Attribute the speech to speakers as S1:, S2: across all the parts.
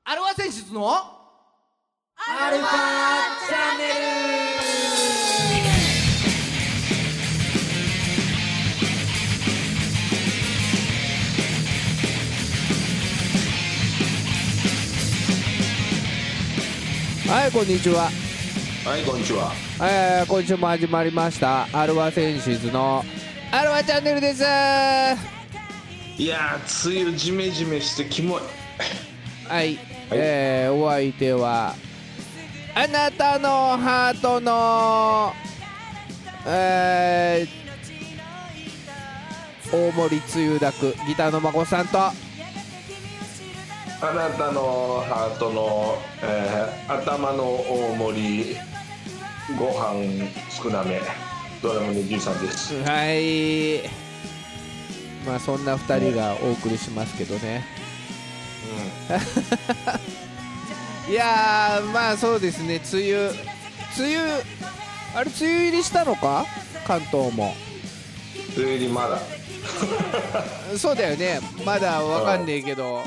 S1: アルファ選出の
S2: アルファチャンネル。
S1: はい、こんにちは。
S3: はい、こんにちは。
S1: 今週も始まりましたアルファ選出のアルファチャンネルです。
S3: いやー、梅雨ジメジメしてキモい。
S1: はい、お相手はあなたのハートの、大森梅雨だくギターのまこさんと、
S3: あなたのハートの、頭の大盛りご飯少なめドラムのじいさんです。
S1: はい、まあそんな2人がお送りしますけどね、いやー、まあそうですね、梅雨あれ、梅雨入りしたのか、関東も。
S3: 梅雨入りまだ
S1: そうだよね、まだわかんねえけど、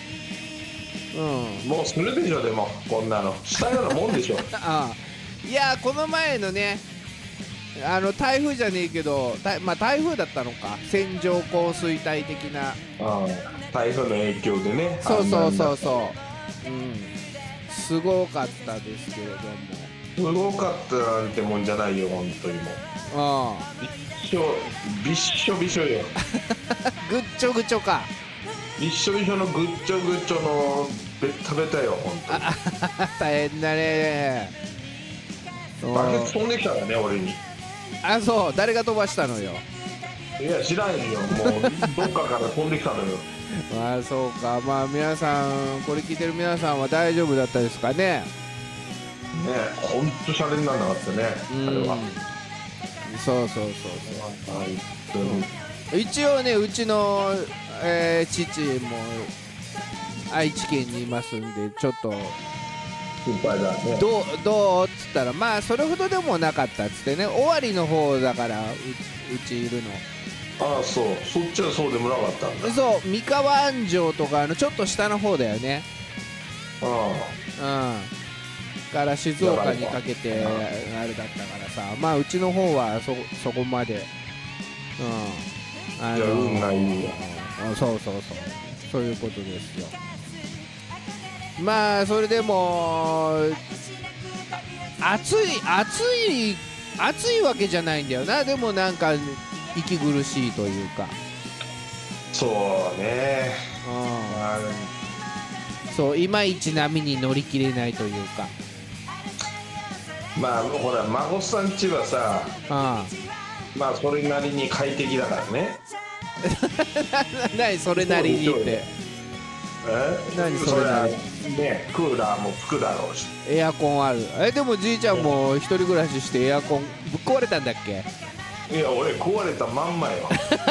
S3: もうするでしょ。でもこんなのしたようなもんでしょ
S1: いやー、この前のね、台風じゃねえけど、まあ台風だったのか、線状降水帯的な、
S3: 台風の影響でね。
S1: そう、すごかったですけれども。
S3: すごかったなんてもんじゃないよ、本当にもう。びっしょびしょよ
S1: ぐっちょぐちょか。
S3: びっしょびしょのぐっちょぐちょのベッタベタよ、本当に。
S1: 大変だね。
S3: バケツ飛んできたからね、俺に。
S1: あ、そう、誰が飛ばしたのよ。
S3: いや、知らんよ、もうどっかから飛んできたのよ
S1: まあそうか、まあ皆さん、これ聞いてる皆さんは大丈夫だったですかね。
S3: ねえ、ほんとシャレにならなかったね、あれは。
S1: そう、一応ね、うちの、父も愛知県にいますんで、ちょっと
S3: 心配だね。
S1: どうっつったら、まあそれほどでもなかったっつってね、終わりの方だから、うちいるの。
S3: ああ、そう、そっちはそうでもなかったんだ。
S1: そう、三河安城とかちょっと下の方だよね。から静岡にかけてあれだったからさ、まあうちの方はそこまで、
S3: 運がいいよ。
S1: そういうことですよ。まあそれでも暑いわけじゃないんだよな。でもなんか息苦しいというか。
S3: そうね。
S1: そう、いまいち波に乗り切れないというか。
S3: まあほら、孫さんちはさ、まあそれなりに快適だからね
S1: 何それなりにって。何それなりに
S3: ね。クーラーも吹くだろうし、
S1: エアコンある。でもじいちゃんも一人暮らししてエアコンぶっ壊れたんだっけ。
S3: いや、俺壊れたまんまよ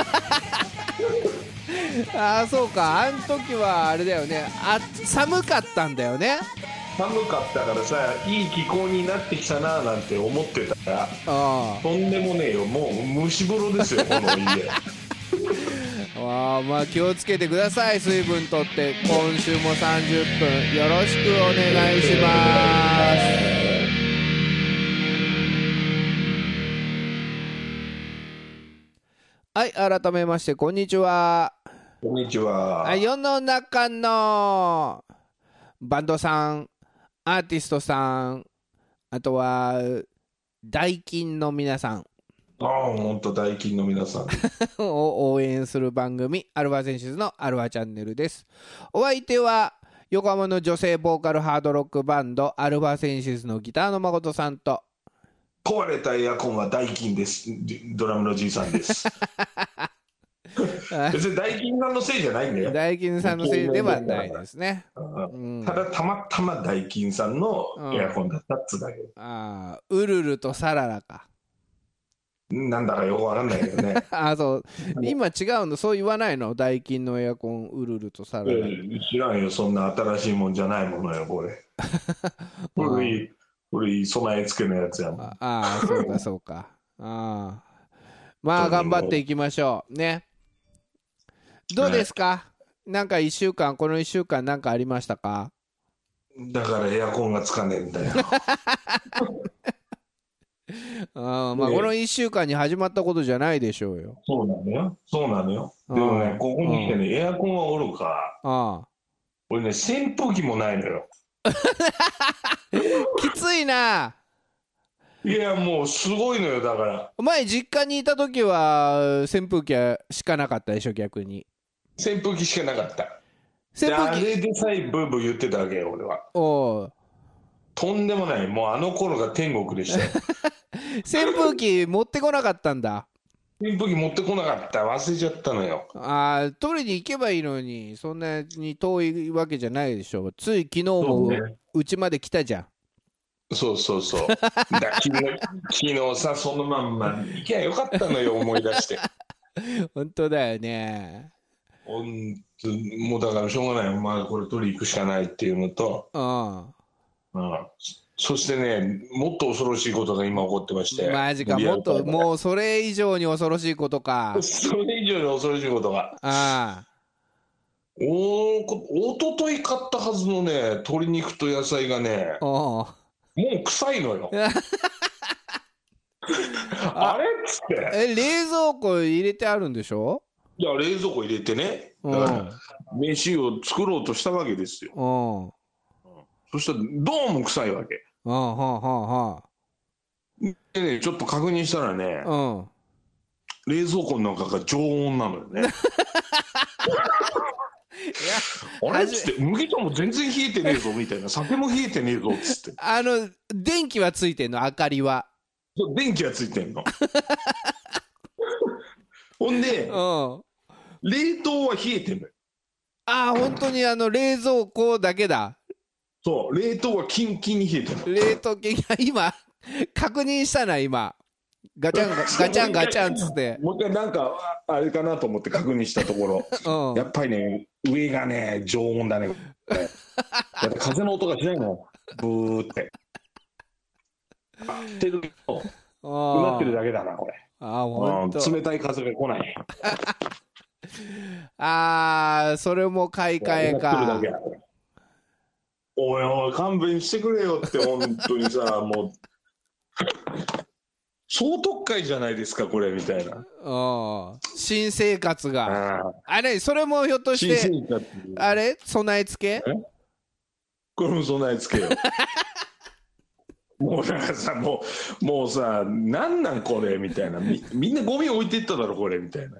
S1: ああ、そうか、あん時はあれだよね、寒かったんだよね。
S3: 寒かったからさ、いい気候になってきたななんて思ってたら、とんでもねえよ、もう蒸し風呂ですよこの家
S1: まあ気をつけてください。水分とって。今週も30分よろしくお願いします。はい、改めましてこんにちは。
S3: こんにちは。
S1: 世の中のバンドさん、アーティストさん、あとは大金の皆さん、
S3: 本当大金の皆さん
S1: を応援する番組、アルファセンシズのアルファチャンネルです。お相手は横浜の女性ボーカルハードロックバンドアルファセンシズのギターの誠さんと、
S3: 壊れたエアコンは大金です、ドラムのじいさんです別に大金さんのせいじゃないんだよ。
S1: 大金さんのせいではないですね。
S3: ただたまたま大金さんのエアコンだったっつだけど。
S1: ウルルとサララか
S3: なんだかよくわかんないけどね
S1: そう、今違うの、そう言わないの、ダイキンのエアコンウルルとサラダ。
S3: 知らんよ、そんな新しいもんじゃないものよこれ古い備え付けのやつやもん。
S1: そうかまあ頑張っていきましょうね。どうですか、なんかこの1週間なんかありましたか。
S3: だからエアコンがつかねえんだよ。
S1: まあこの1週間に始まったことじゃないでしょうよ。
S3: そうなのよ。そうなのよ。でもね、ここに来てね、エアコンはおるか、俺ね、扇風機もないのよ。
S1: きついな。
S3: いや、もうすごいのよ、だから。
S1: 前実家にいた時は扇風機しかなかったでしょ、逆に。
S3: 扇風機しかなかった。
S1: 扇風機。
S3: あれでさえブーブー言ってたわけよ、俺は。とんでもない。もうあの頃が天国でしたよ。
S1: 扇風機持ってこなかったんだ。
S3: 扇風機持ってこなかった。忘れちゃったのよ。
S1: 取りに行けばいいのに、そんなに遠いわけじゃないでしょ。つい昨日もうちまで来たじゃん。
S3: そうそうそう。昨日さ、そのまんま行きゃよかったのよ、思い出して。
S1: 本当だよね。
S3: もうだからしょうがない。まあこれ取り行くしかないっていうのと、そしてね、もっと恐ろしいことが今起こってまして。
S1: マジか、もうそれ以上に恐ろしいことか。
S3: それ以上に恐ろしいことが。おととい買ったはずのね、鶏肉と野菜がね、もう臭いのよ。あれっつって。
S1: 冷蔵庫入れてあるんでしょ？
S3: いや、冷蔵庫入れてね、だから飯を作ろうとしたわけですよ。そしたらどうも臭いわけ。でね、ちょっと確認したらね、冷蔵庫の中が常温なのよね。あれっつって、麦茶も全然冷えてねえぞみたいな、酒も冷えてねえぞっつって。
S1: 電気はついてんの？明かりは。
S3: 電気はついてんの。ほんで、冷凍は冷えてんのよ。
S1: 本当に冷蔵庫だけだ。
S3: そう、冷凍はキンキンに冷えてるの。
S1: 冷凍系が今確認したな、今ガチャンガチャンガチャンっつって。
S3: もう一回なんかあれかなと思って確認したところ、やっぱりね、上がね常温だね。だって風の音がしないの。ブーってってるとうなってるだけだなこれ。冷たい風が来ない。
S1: それも買い替えか。
S3: おいおい勘弁してくれよって本当にさ、もう総特会じゃないですかこれみたいな。
S1: 新生活がそれもひょっとしてあれ備え付け？
S3: これも備え付けよ。もうだからさ、もうさ、なんなんこれみたいな、みんなゴミ置いてっただろこれみたいな。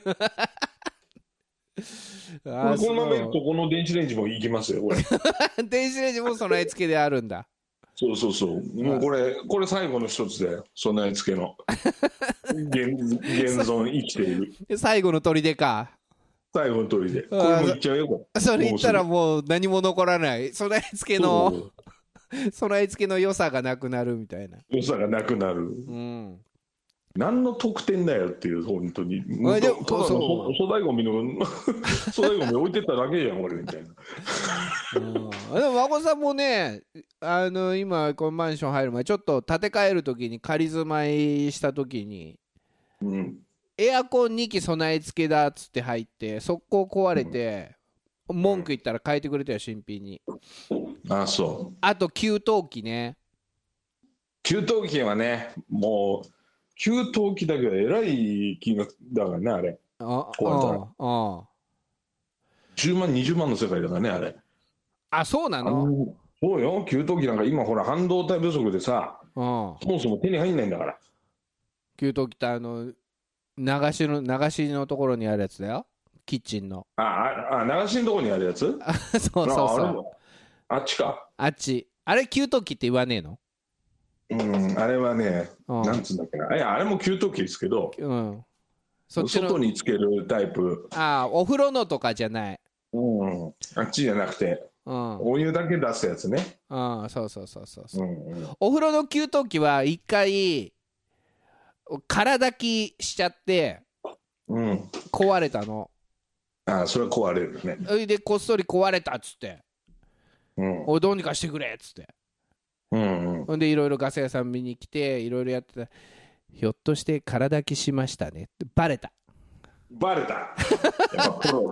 S3: このままいくとこの電子レンジもいきますよこれ。
S1: 電子レンジも備え付けであるんだ。
S3: そうそうそう、もうこれ最後の一つだよ、備え付けの。現存生きている
S1: 最後の砦か。
S3: 最後の砦。これもいっちゃうよこれ。
S1: それ言ったらもう何も残らない。備え付けの備え付けの良さがなくなるみたいな。
S3: 良さがなくなる。何の得点だよっていう、本当に。粗大ゴミ置いてっただけじゃん、俺みたいな。
S1: でも、孫さんもね、今、このマンション入る前、ちょっと建て替えるときに、仮住まいしたときに、エアコン2基備え付けだっつって入って、速攻壊れて、文句言ったら変えてくれたよ、新品に。
S3: そう。
S1: あと、給湯器ね。
S3: 給湯器はね、もう、給湯器だけはえらい金額だからね、あれ。壊れたら。10万、20万の世界だからね、あれ。
S1: そうなの？
S3: そうよ、給湯器なんか今、ほら、半導体不足でさ、そもそも手に入んないんだから。
S1: 給湯器って流しのところにあるやつだよ、キッチンの。
S3: 流しのところにあるやつ？
S1: そうそうそう。
S3: あっちか。
S1: あっち。あれ、給湯器って言わねえの？
S3: あれはね、なんつうんだっけな。あれも給湯器ですけど、外につけるタイプ。
S1: お風呂のとかじゃない。
S3: あっちじゃなくて、お湯だけ出すやつね。
S1: そうそうそうそう。お風呂の給湯器は一回、空炊きしちゃって、壊れたの。
S3: それは壊れるね。
S1: で、こっそり壊れたっつって。おい、どうにかしてくれっつって。ほんでいろいろガス屋さん見に来ていろいろやってた。ひょっとして空炊きしましたねってバレた。
S3: やっぱ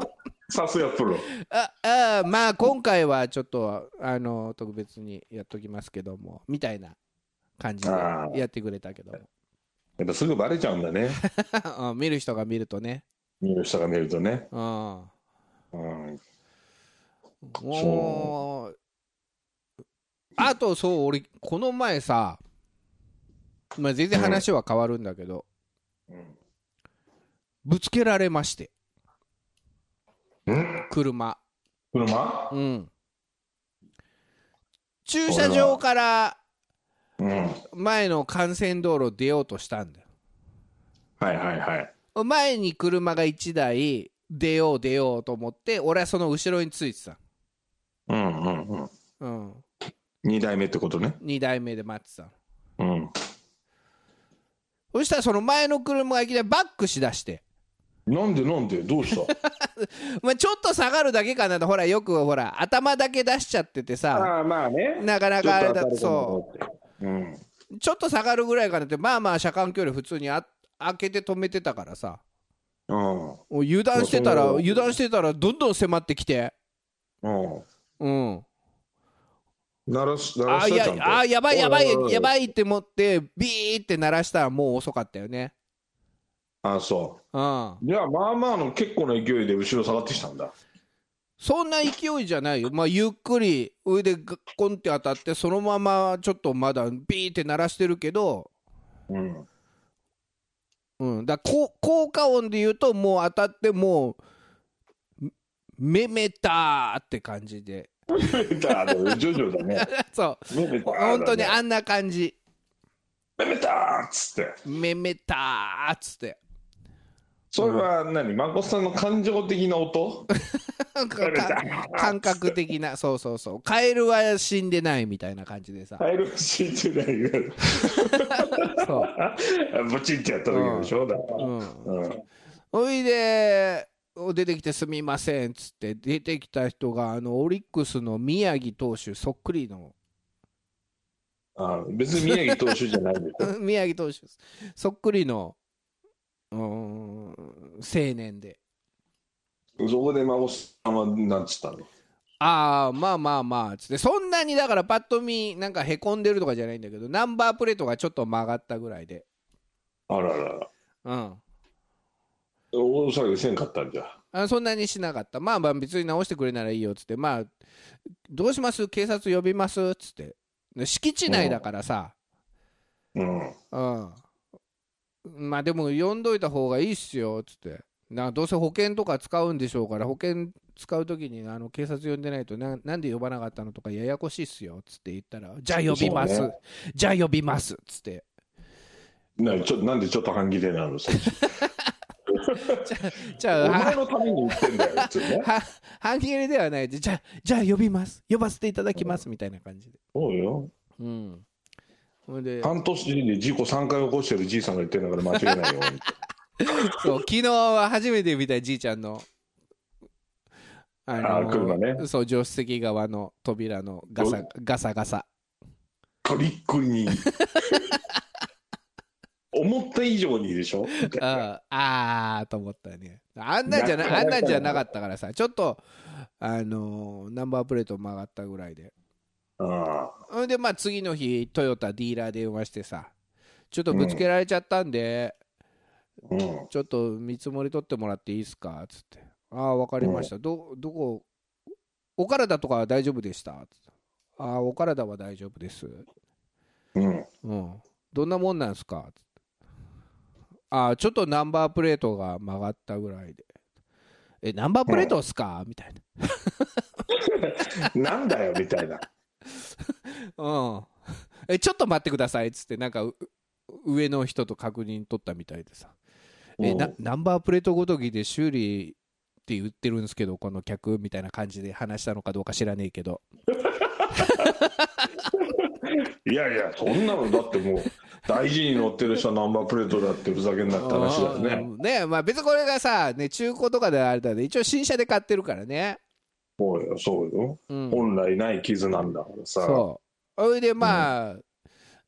S3: さすがプロ。
S1: まあ今回はちょっと特別にやっときますけどもみたいな感じでやってくれたけども、
S3: やっぱすぐバレちゃうんだね。
S1: 見る人が見るとね。
S3: 見る人が見るとね。
S1: もうあとそう俺この前さ、まあ、全然話は変わるんだけど、ぶつけられまして。車。駐車場から前の幹線道路出ようとしたんだよ。前に車が1台出ようと思って俺はその後ろについてた。
S3: 2台目ってことね。
S1: 2台目で待ってた。そしたらその前の車がいきなりバックしだして。
S3: なんでどうした
S1: まあちょっと下がるだけかなと。ほらよくほら頭だけ出しちゃっててさ、
S3: まあね、
S1: なかなかあれだ。そうちょっと下がるぐらいかなって。まあ車間距離普通に開けて止めてたからさ、油断してたらどんどん迫ってきて、
S3: 鳴らしたちゃんと。
S1: やばいって思ってビーって鳴らしたらもう遅かったよね。
S3: そう。じゃあまあまあの結構な勢いで後ろ下がってきたんだ。
S1: そんな勢いじゃないよ。まあゆっくり上でコンって当たってそのままちょっとまだビーって鳴らしてるけど、だ効果音で言うともう当たってもうめめたーって感じで。
S3: めめたージョジョだね。
S1: そう本当にあんな感じ。
S3: めめたーっつって
S1: めめたーっつって。
S3: それは何、まこさんの感情的な音
S1: 感覚的な。そうカエルは死んでないみたいな感じでさ。
S3: カエルは死んでないそうブチってやった時でしょ。
S1: おいで出てきてすみませんっつって出てきた人がオリックスの宮城投手そっくりの。
S3: 別に宮城投手じゃないんでしょ
S1: 宮城投手そっくりの青年で。
S3: そこで孫さんはなんつったの。
S1: まあつってそんなにだからパッと見なんかへこんでるとかじゃないんだけど、ナンバープレートがちょっと曲がったぐらいで。
S3: 大騒ぎせんかったんじゃ。
S1: そんなにしなかった。まあ別に直してくれならいいよっつって、まあどうします、警察呼びますっつって。敷地内だからさ。まあでも呼んどいた方がいいっすよっつって。どうせ保険とか使うんでしょうから、保険使う時に警察呼んでないとなんで呼ばなかったのとかややこしいっすよっつって言ったら、じゃあ呼びます、じゃあ呼びますっつって。なんでちょっと半切れなのじゃあお前のために言ってんだよ半切れではないで、じゃあ呼ばせていただきますみたいな感じで。
S3: そうよ。半年で事故3回起こしてるじいさんが言ってるんだから間違いないよ
S1: そう昨日は初めて見たじいちゃんの
S3: 車ね。
S1: そう助手席側の扉のガサガサ
S3: カリックに思った以上にでしょ
S1: と思ったね。あんなんじゃなかったからさ、ちょっとナンバープレート曲がったぐらいで。でまあ次の日トヨタディーラー電話してさ、ちょっとぶつけられちゃったんで、ちょっと見積もり取ってもらっていいですかっつって。分かりました。どこお体とかは大丈夫でしたっつって。お体は大丈夫です。どんなもんなんすかっつって。ちょっとナンバープレートが曲がったぐらいで。ナンバープレートっすかみたい
S3: な。なんだよみたいな。
S1: ちょっと待ってくださいっつって、なんか上の人と確認取ったみたいでさ、ナンバープレートごときで修理って言ってるんですけどこの客みたいな感じで話したのかどうか知らねえけど
S3: いやそんなのだってもう大事に乗ってる人はナンバープレートだってふざけんなって話だよね。
S1: まあ別にこれがさ、中古とかであれだね、一応新車で買ってるからね。
S3: そうよ、本来ない傷なんだからさ。
S1: それでまあ、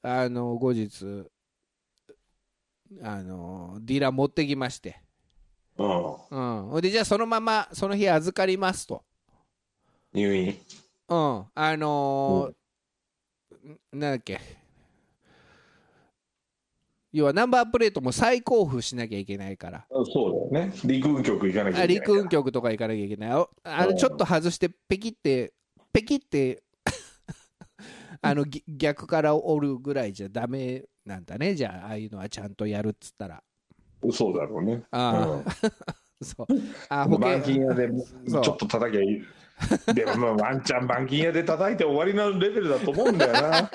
S1: 後日ディーラー持ってきまして、 でじゃあそのままその日預かりますと。
S3: 入院。
S1: なんだっけ、要はナンバープレートも再交付しなきゃいけないから。
S3: そうだよね。陸運局行かなきゃいけない。
S1: 陸運局とか行かなきゃいけない。ちょっと外してペキって逆から折るぐらいじゃダメなんだね。じゃあああいうのはちゃんとやるっつったら。
S3: そうだろうね。
S1: そう
S3: 板金屋でちょっと叩きゃいい。でもワンチャン板金屋で叩いて終わりのレベルだと思うんだよな。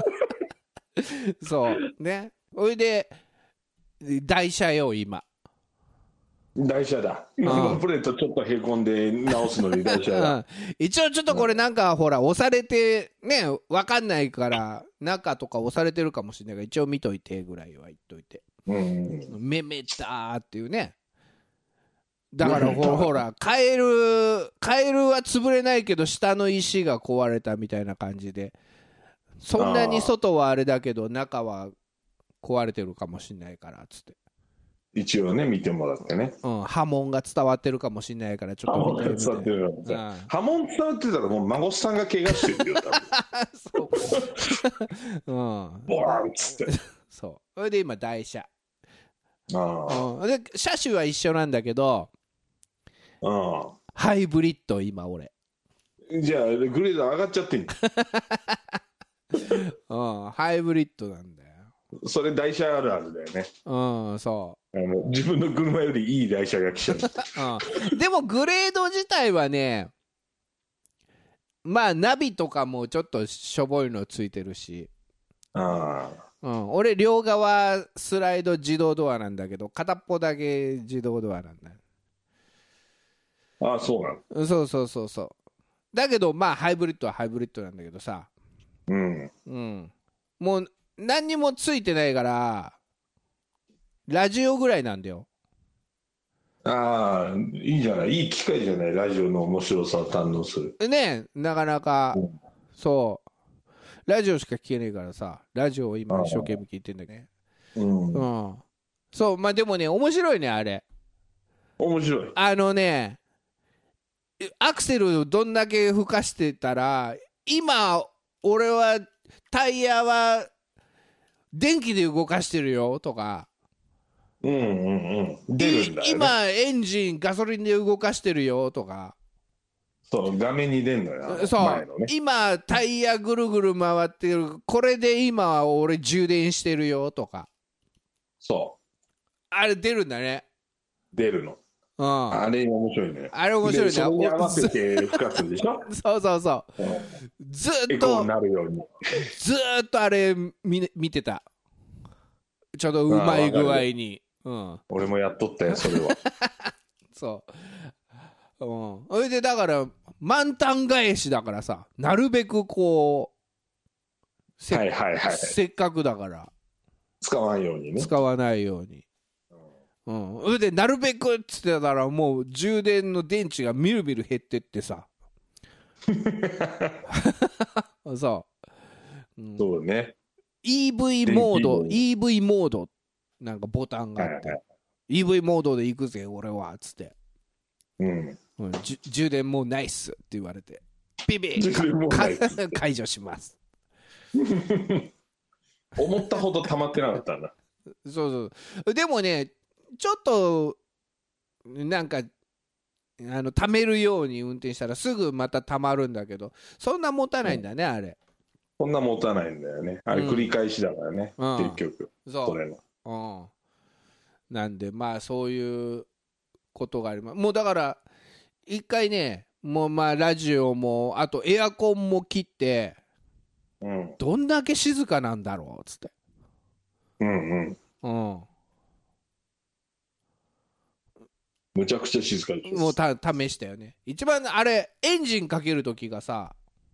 S1: そうね。それで台車よ今。
S3: 台車だ。ナンバープレートちょっとへこんで直すのに台車だ。
S1: 一応ちょっとこれなんかほら押されてね、分かんないから中とか押されてるかもしれないから一応見といてぐらいは言っといて。めめたーっていうね。だからほらカエルは潰れないけど下の石が壊れたみたいな感じで、そんなに外はあれだけど中は壊れてるかもしれないからっつって、
S3: 一応ね見てもらってね、
S1: 波紋が伝わってるかもしれないからちょっと見てみて。
S3: 波紋伝わってたらもう孫さんが怪我してるよ多分。ボワンっつって。
S1: そう。それで今台車。で車種は一緒なんだけど、ハイブリッド今俺。
S3: じゃあグレード上がっちゃってん
S1: ハイブリッドなんだよ。
S3: それ台車あるあるだよね。
S1: そう
S3: 自分の車よりいい台車が来ちゃう。
S1: でもグレード自体はね、まあナビとかもちょっとしょぼいのついてるし、俺両側スライド自動ドアなんだけど片っぽだけ自動ドアなんだよ。
S3: そうなの。
S1: そうだけどまあハイブリッドはハイブリッドなんだけどさ、もう何にもついてないからラジオぐらいなんだよ。
S3: いいじゃない、いい機会じゃない、ラジオの面白さを堪能する
S1: ね。なかなか、そうラジオしか聞けないからさ、ラジオを今一生懸命聞いてんだけどね。そうまあでもね面白いねあれ。
S3: 面白い。
S1: アクセルどんだけ吹かしてたら、今俺はタイヤは電気で動かしてるよとか、
S3: 出るんだよね。
S1: 今エンジンガソリンで動かしてるよとか、
S3: そう画面に出んのよ。
S1: そう前の、ね、今タイヤぐるぐる回ってる、これで今俺充電してるよとか、あれ出るんだね。
S3: 出るの。あれ面白いね。
S1: あれ面白いね。
S3: それに合わせて吹かすんでしょ。
S1: そう、ずっと
S3: なるように
S1: ずっとあれ見てた。ちょっとうまい具合に。
S3: 俺もやっとったよそれは。
S1: そう。それでだから満タン返しだからさ、なるべくこうせっかくだから
S3: 使わんようにね。
S1: 使わないように。それでなるべくっつってたらもう充電の電池がみるみる減ってってさ。
S3: そうね。
S1: EV モードなんかボタンがあって、EV モードで行くぜ俺はっつって、充電もうないっすって言われて、ビビッ解除します。
S3: 思ったほど溜まってなかったんだ。
S1: そうでもねちょっとなんか溜めるように運転したらすぐまた溜まるんだけど、そんな持たないんだね、あれ。
S3: そんな持たないんだよね。あれ繰り返しだからね、結局。それ
S1: の。なんでまあそういうことがあります。もうだから一回ね、もうまあラジオもあとエアコンも切って、どんだけ静かなんだろうっつって。
S3: むちゃくちゃ静かです。
S1: もう試したよね。一番あれエンジンかけるときがさ、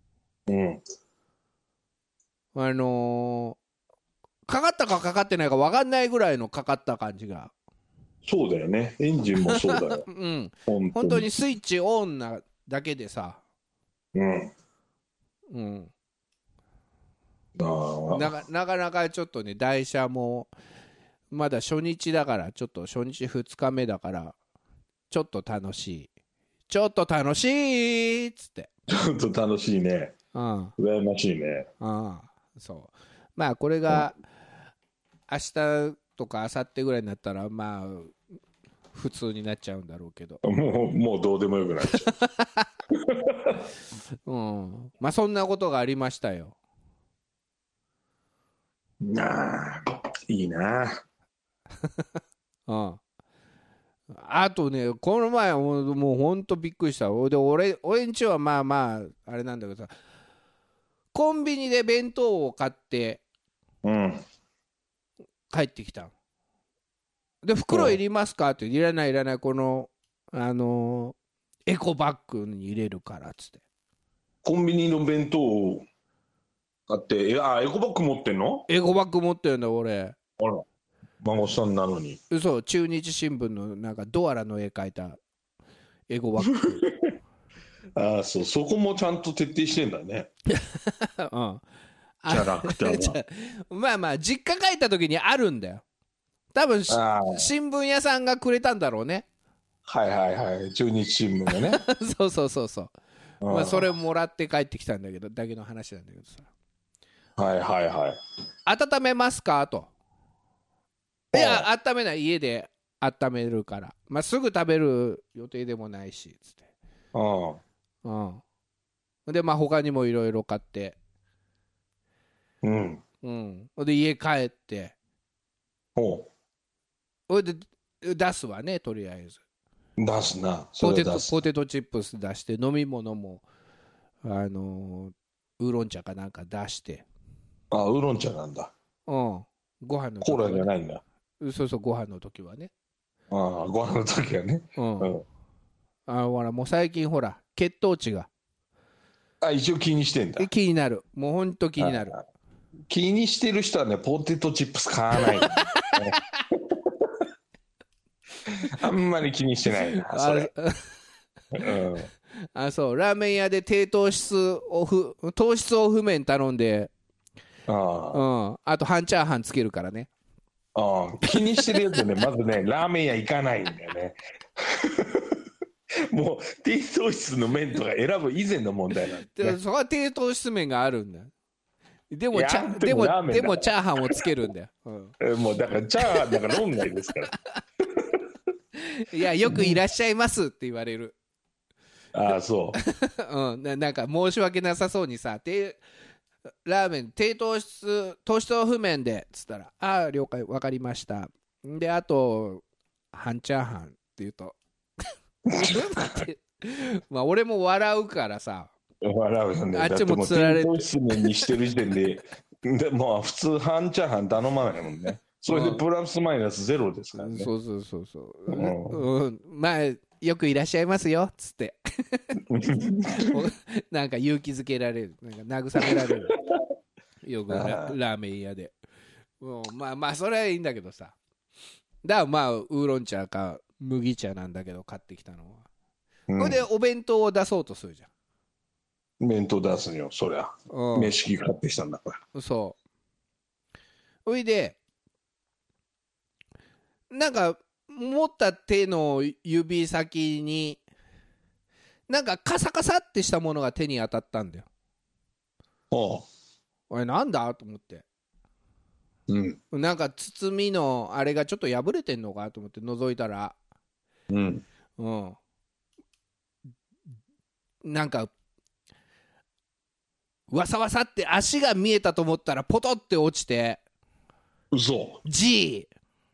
S1: かかったかかかってないか分かんないぐらいのかかった感じが。
S3: そうだよね。エンジンもそうだよ。
S1: 本当にスイッチオンなだけでさ。なかなかちょっとね、台車もまだ初日だから、ちょっと初日2日目だからちょっと楽しいちょっと楽しいっつって、
S3: ちょっと楽しいね。羨ましいね。
S1: そうまあこれが明日とか明後日ぐらいになったらまあ普通になっちゃうんだろうけど、
S3: もうどうでもよくなっちゃ
S1: う、まあそんなことがありましたよ。
S3: いいな
S1: あとね、この前もうほんとびっくりした。で俺んちはまあまああれなんだけどさ、コンビニで弁当を買って帰ってきた。で袋いりますかって、いらないいらない、このエコバッグに入れるからっつって。
S3: コンビニの弁当を買って、エコバッグ持ってんの？
S1: エコバッグ持ってるんだ俺。
S3: あら、孫さんなのに。
S1: そう、中日新聞のなんかドアラの絵描いたエコバッグ
S3: そこもちゃんと徹底してんだね。キャラクターが
S1: まあまあ実家帰った時にあるんだよ多分。新聞屋さんがくれたんだろうね。
S3: はいはいはい、中日新聞がね
S1: そうまあそれをもらって帰ってきたんだけど、だけの話なんだけどさ。
S3: はいはいはい。
S1: 温めますかと。いや温めない、家で温めるから、まあ、すぐ食べる予定でもないしつって。でまあ他にもいろいろ買って、で家帰ってそれで出すわね、とりあえず
S3: 出すな。
S1: ポテトチップス出して、飲み物もウーロン茶かなんか出して。
S3: ウーロン茶なんだ。
S1: ご飯の
S3: コーラじゃないんだ。
S1: そうご飯の時はね。
S3: ご飯の時はね。
S1: ほらもう最近ほら血糖値が
S3: 一応気にしてんだ。
S1: 気になる、もうほんと気になる。
S3: 気にしてる人はね、ポテトチップス買わない、ね、あんまり気にしてないなそれ。
S1: そうラーメン屋で低糖質糖質オフ麺頼んで、あと半チャーハンつけるからね。
S3: 気にしてるやつね、まずねラーメン屋行かないんだよねもう低糖質の麺とか選ぶ以前の問題なんで、
S1: ね、そこは低糖質麺があるんだよ。でもチャーハンをつけるんだよ、
S3: もうだからチャーハンだから論外ですから
S1: いやよくいらっしゃいますって言われる。
S3: そう、
S1: なんか申し訳なさそうにさ、ラーメン低糖質オフ麺でっつったら、了解分かりました、であと半チャーハンって言うとまあ俺も笑うからさ、
S3: 笑うよね。
S1: あっちもつられて、
S3: 低糖質麺にしてる時点でもう普通半チャーハン頼まないもんね。それでプラスマイナスゼロですからね。そうまあよくいらっしゃいますよっつってなんか勇気づけられる、なんか慰められるよくラーメン屋で。まあまあそれはいいんだけどさ、だからまあウーロン茶か麦茶なんだけど買ってきたのは、これでお弁当を出そうとするじゃん。 弁当出すよそりゃ、飯買ってきたんだから。
S1: そいでなんか持った手の指先になんかカサカサってしたものが手に当たったんだよ。あれなんだと思って、なんか包みのあれがちょっと破れてんのかと思って覗いたら、なんかわさわさって足が見えたと思ったらポトって落ちて。
S3: 嘘。
S1: G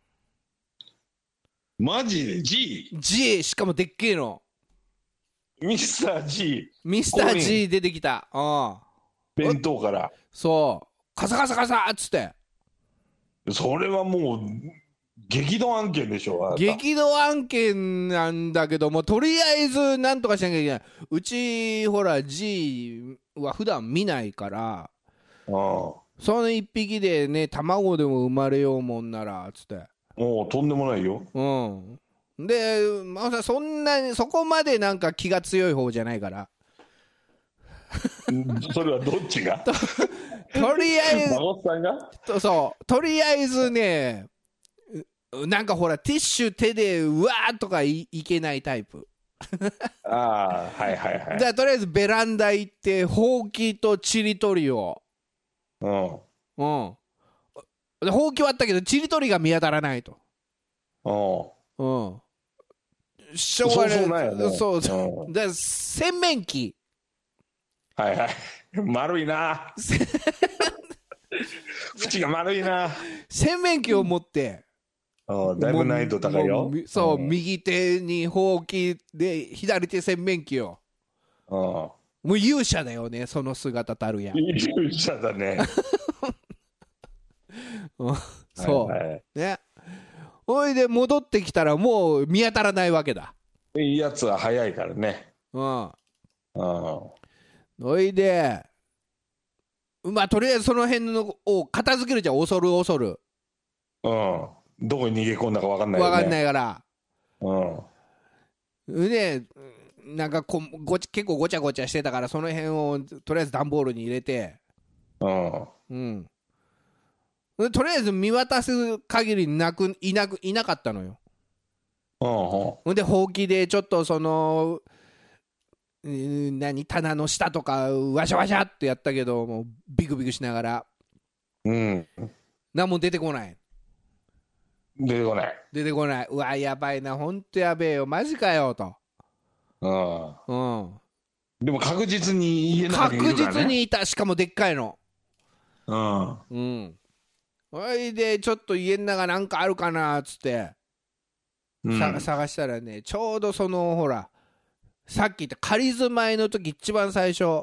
S3: マジで G
S1: しかもでっけえの
S3: ミスター
S1: G 出てきた。
S3: 弁当から
S1: そうカサカサカサっつって。
S3: それはもう激怒案件でしょ。
S1: 激怒案件なんだけども、とりあえずなんとかしなきゃいけない。うちほら G は普段見ないから、その一匹でね卵でも生まれようもんならつって、
S3: とんでもないよ。
S1: で、まあ、そこまでなんか気が強い方じゃないから
S3: それはどっちが
S1: とりあえず
S3: 孫さんが
S1: とりあえずねなんかほらティッシュ手でうわーとか いけないタイプ。
S3: ああ、はいはいはい。
S1: じゃあとりあえずベランダ行ってほうきとちりとりを、でほうきはあったけどちりとりが見当たらないと。しょうがない。そうそう。で洗面器。
S3: はいはい。丸いな。縁が丸いな。
S1: 洗面器を持って。
S3: だいぶ難易度高いよ。
S1: そう、右手にほうきで左手洗面器を。もう勇者だよね、その姿たるや。
S3: 勇者だね。
S1: そう、ね。おいで戻ってきたらもう見当たらないわけだ。
S3: いいやつは早いからね。
S1: おいでまあとりあえずその辺のを片付けるじゃん。恐る恐る。
S3: どこに逃げ込んだか分かんないよね。
S1: 分かんないから。でなんか結構ごちゃごちゃしてたからその辺をとりあえず段ボールに入れて。とりあえず見渡す限りいなかったのよ。でほうきでちょっとその棚の下とかワシャワシャってやったけどもうビクビクしながら、何も出てこない。出てこない。うわやばいな、ほんとやべえよ、マジかよと。
S3: でも確実に家の中にいるからね。確実にい
S1: た。しかもでっかいの。おいでちょっと家の中なんかあるかなっつって、探したらね、ちょうどそのほらさっき言った仮住まいの時一番最初、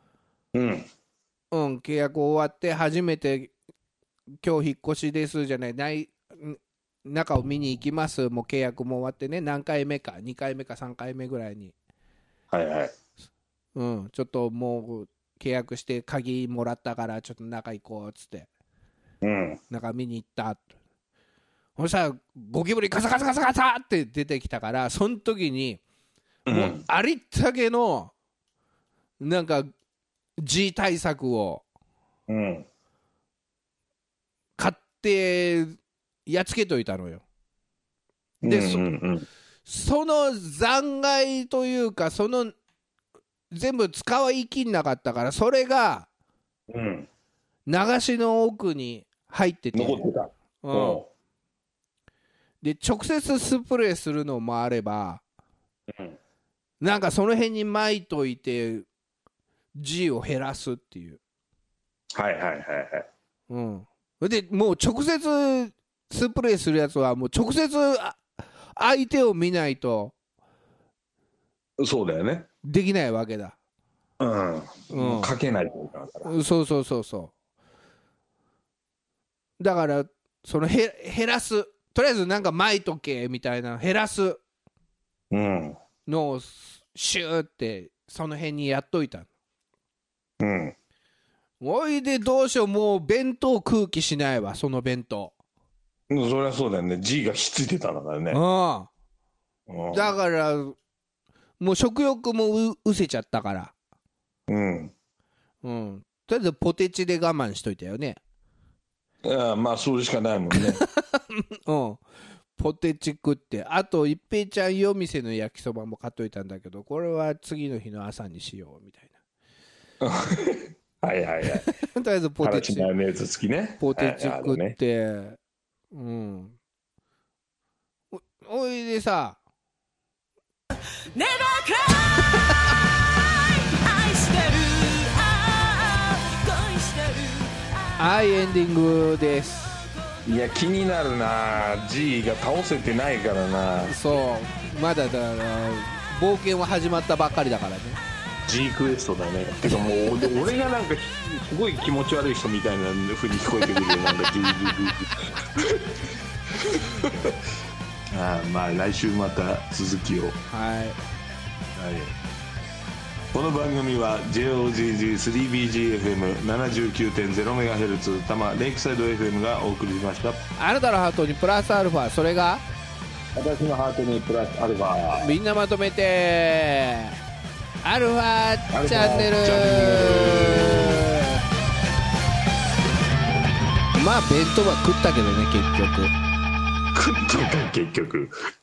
S1: 契約終わって初めて今日引っ越しですじゃない中を見に行きます。もう契約も終わってね、何回目か2回目か3回目ぐらいに、ちょっともう契約して鍵もらったからちょっと中行こうっつって、中見に行った。そしたらゴキブリカサカサカサカサって出てきたから、その時にもうありったけのなんか G 対策を買ってやっつけといたのよ。で、その残骸というかその全部使い切んなかったから、それが流しの奥に入ってて、
S3: 残ってた。
S1: で直接スプレーするのもあれば、なんかその辺に巻いといて G を減らすっていう。でもう直接スプレーするやつはもう直接相手を見ないと
S3: そうだよね、
S1: できないわけだ。
S3: かけないといけないから。
S1: そうだからその減らす、とりあえずなんか巻いとけみたいな減らすのをシューってその辺にやっといた。おいでどうしよう、もう弁当空気しないわ、その弁当。
S3: そりゃそうだよね、 G がひっついてたんだからね。
S1: だからもう食欲もうせちゃったから、とりあえずポテチで我慢しといたよね。
S3: まあそれしかないもんね。
S1: ポテチ食って、あと一平ちゃん夜店の焼きそばも買っといたんだけど、これは次の日の朝にしようみたいな。とりあえずポテチ
S3: マヨネーズ付きね、
S1: ポテチ食って、おいでさはい、エンディングです。
S3: いや気になるな、 G が倒せてないからな。
S1: そうまだだから冒険は始まったばっかりだからね。
S3: G クエストだね。てかもう俺がなんかすごい気持ち悪い人みたいな風に聞こえてくるよ、なんか G まあ来週また続きを。この番組は JOGG3BGFM79.0MHz 多摩レイクサイド FM がお送りしました。
S1: あなたのハートにプラスアルファ、それが
S3: 私のハートにプラスアルファ、
S1: みんなまとめてアルファチャンネル。まあ弁当は食ったけどね、結局
S3: 食ったか結局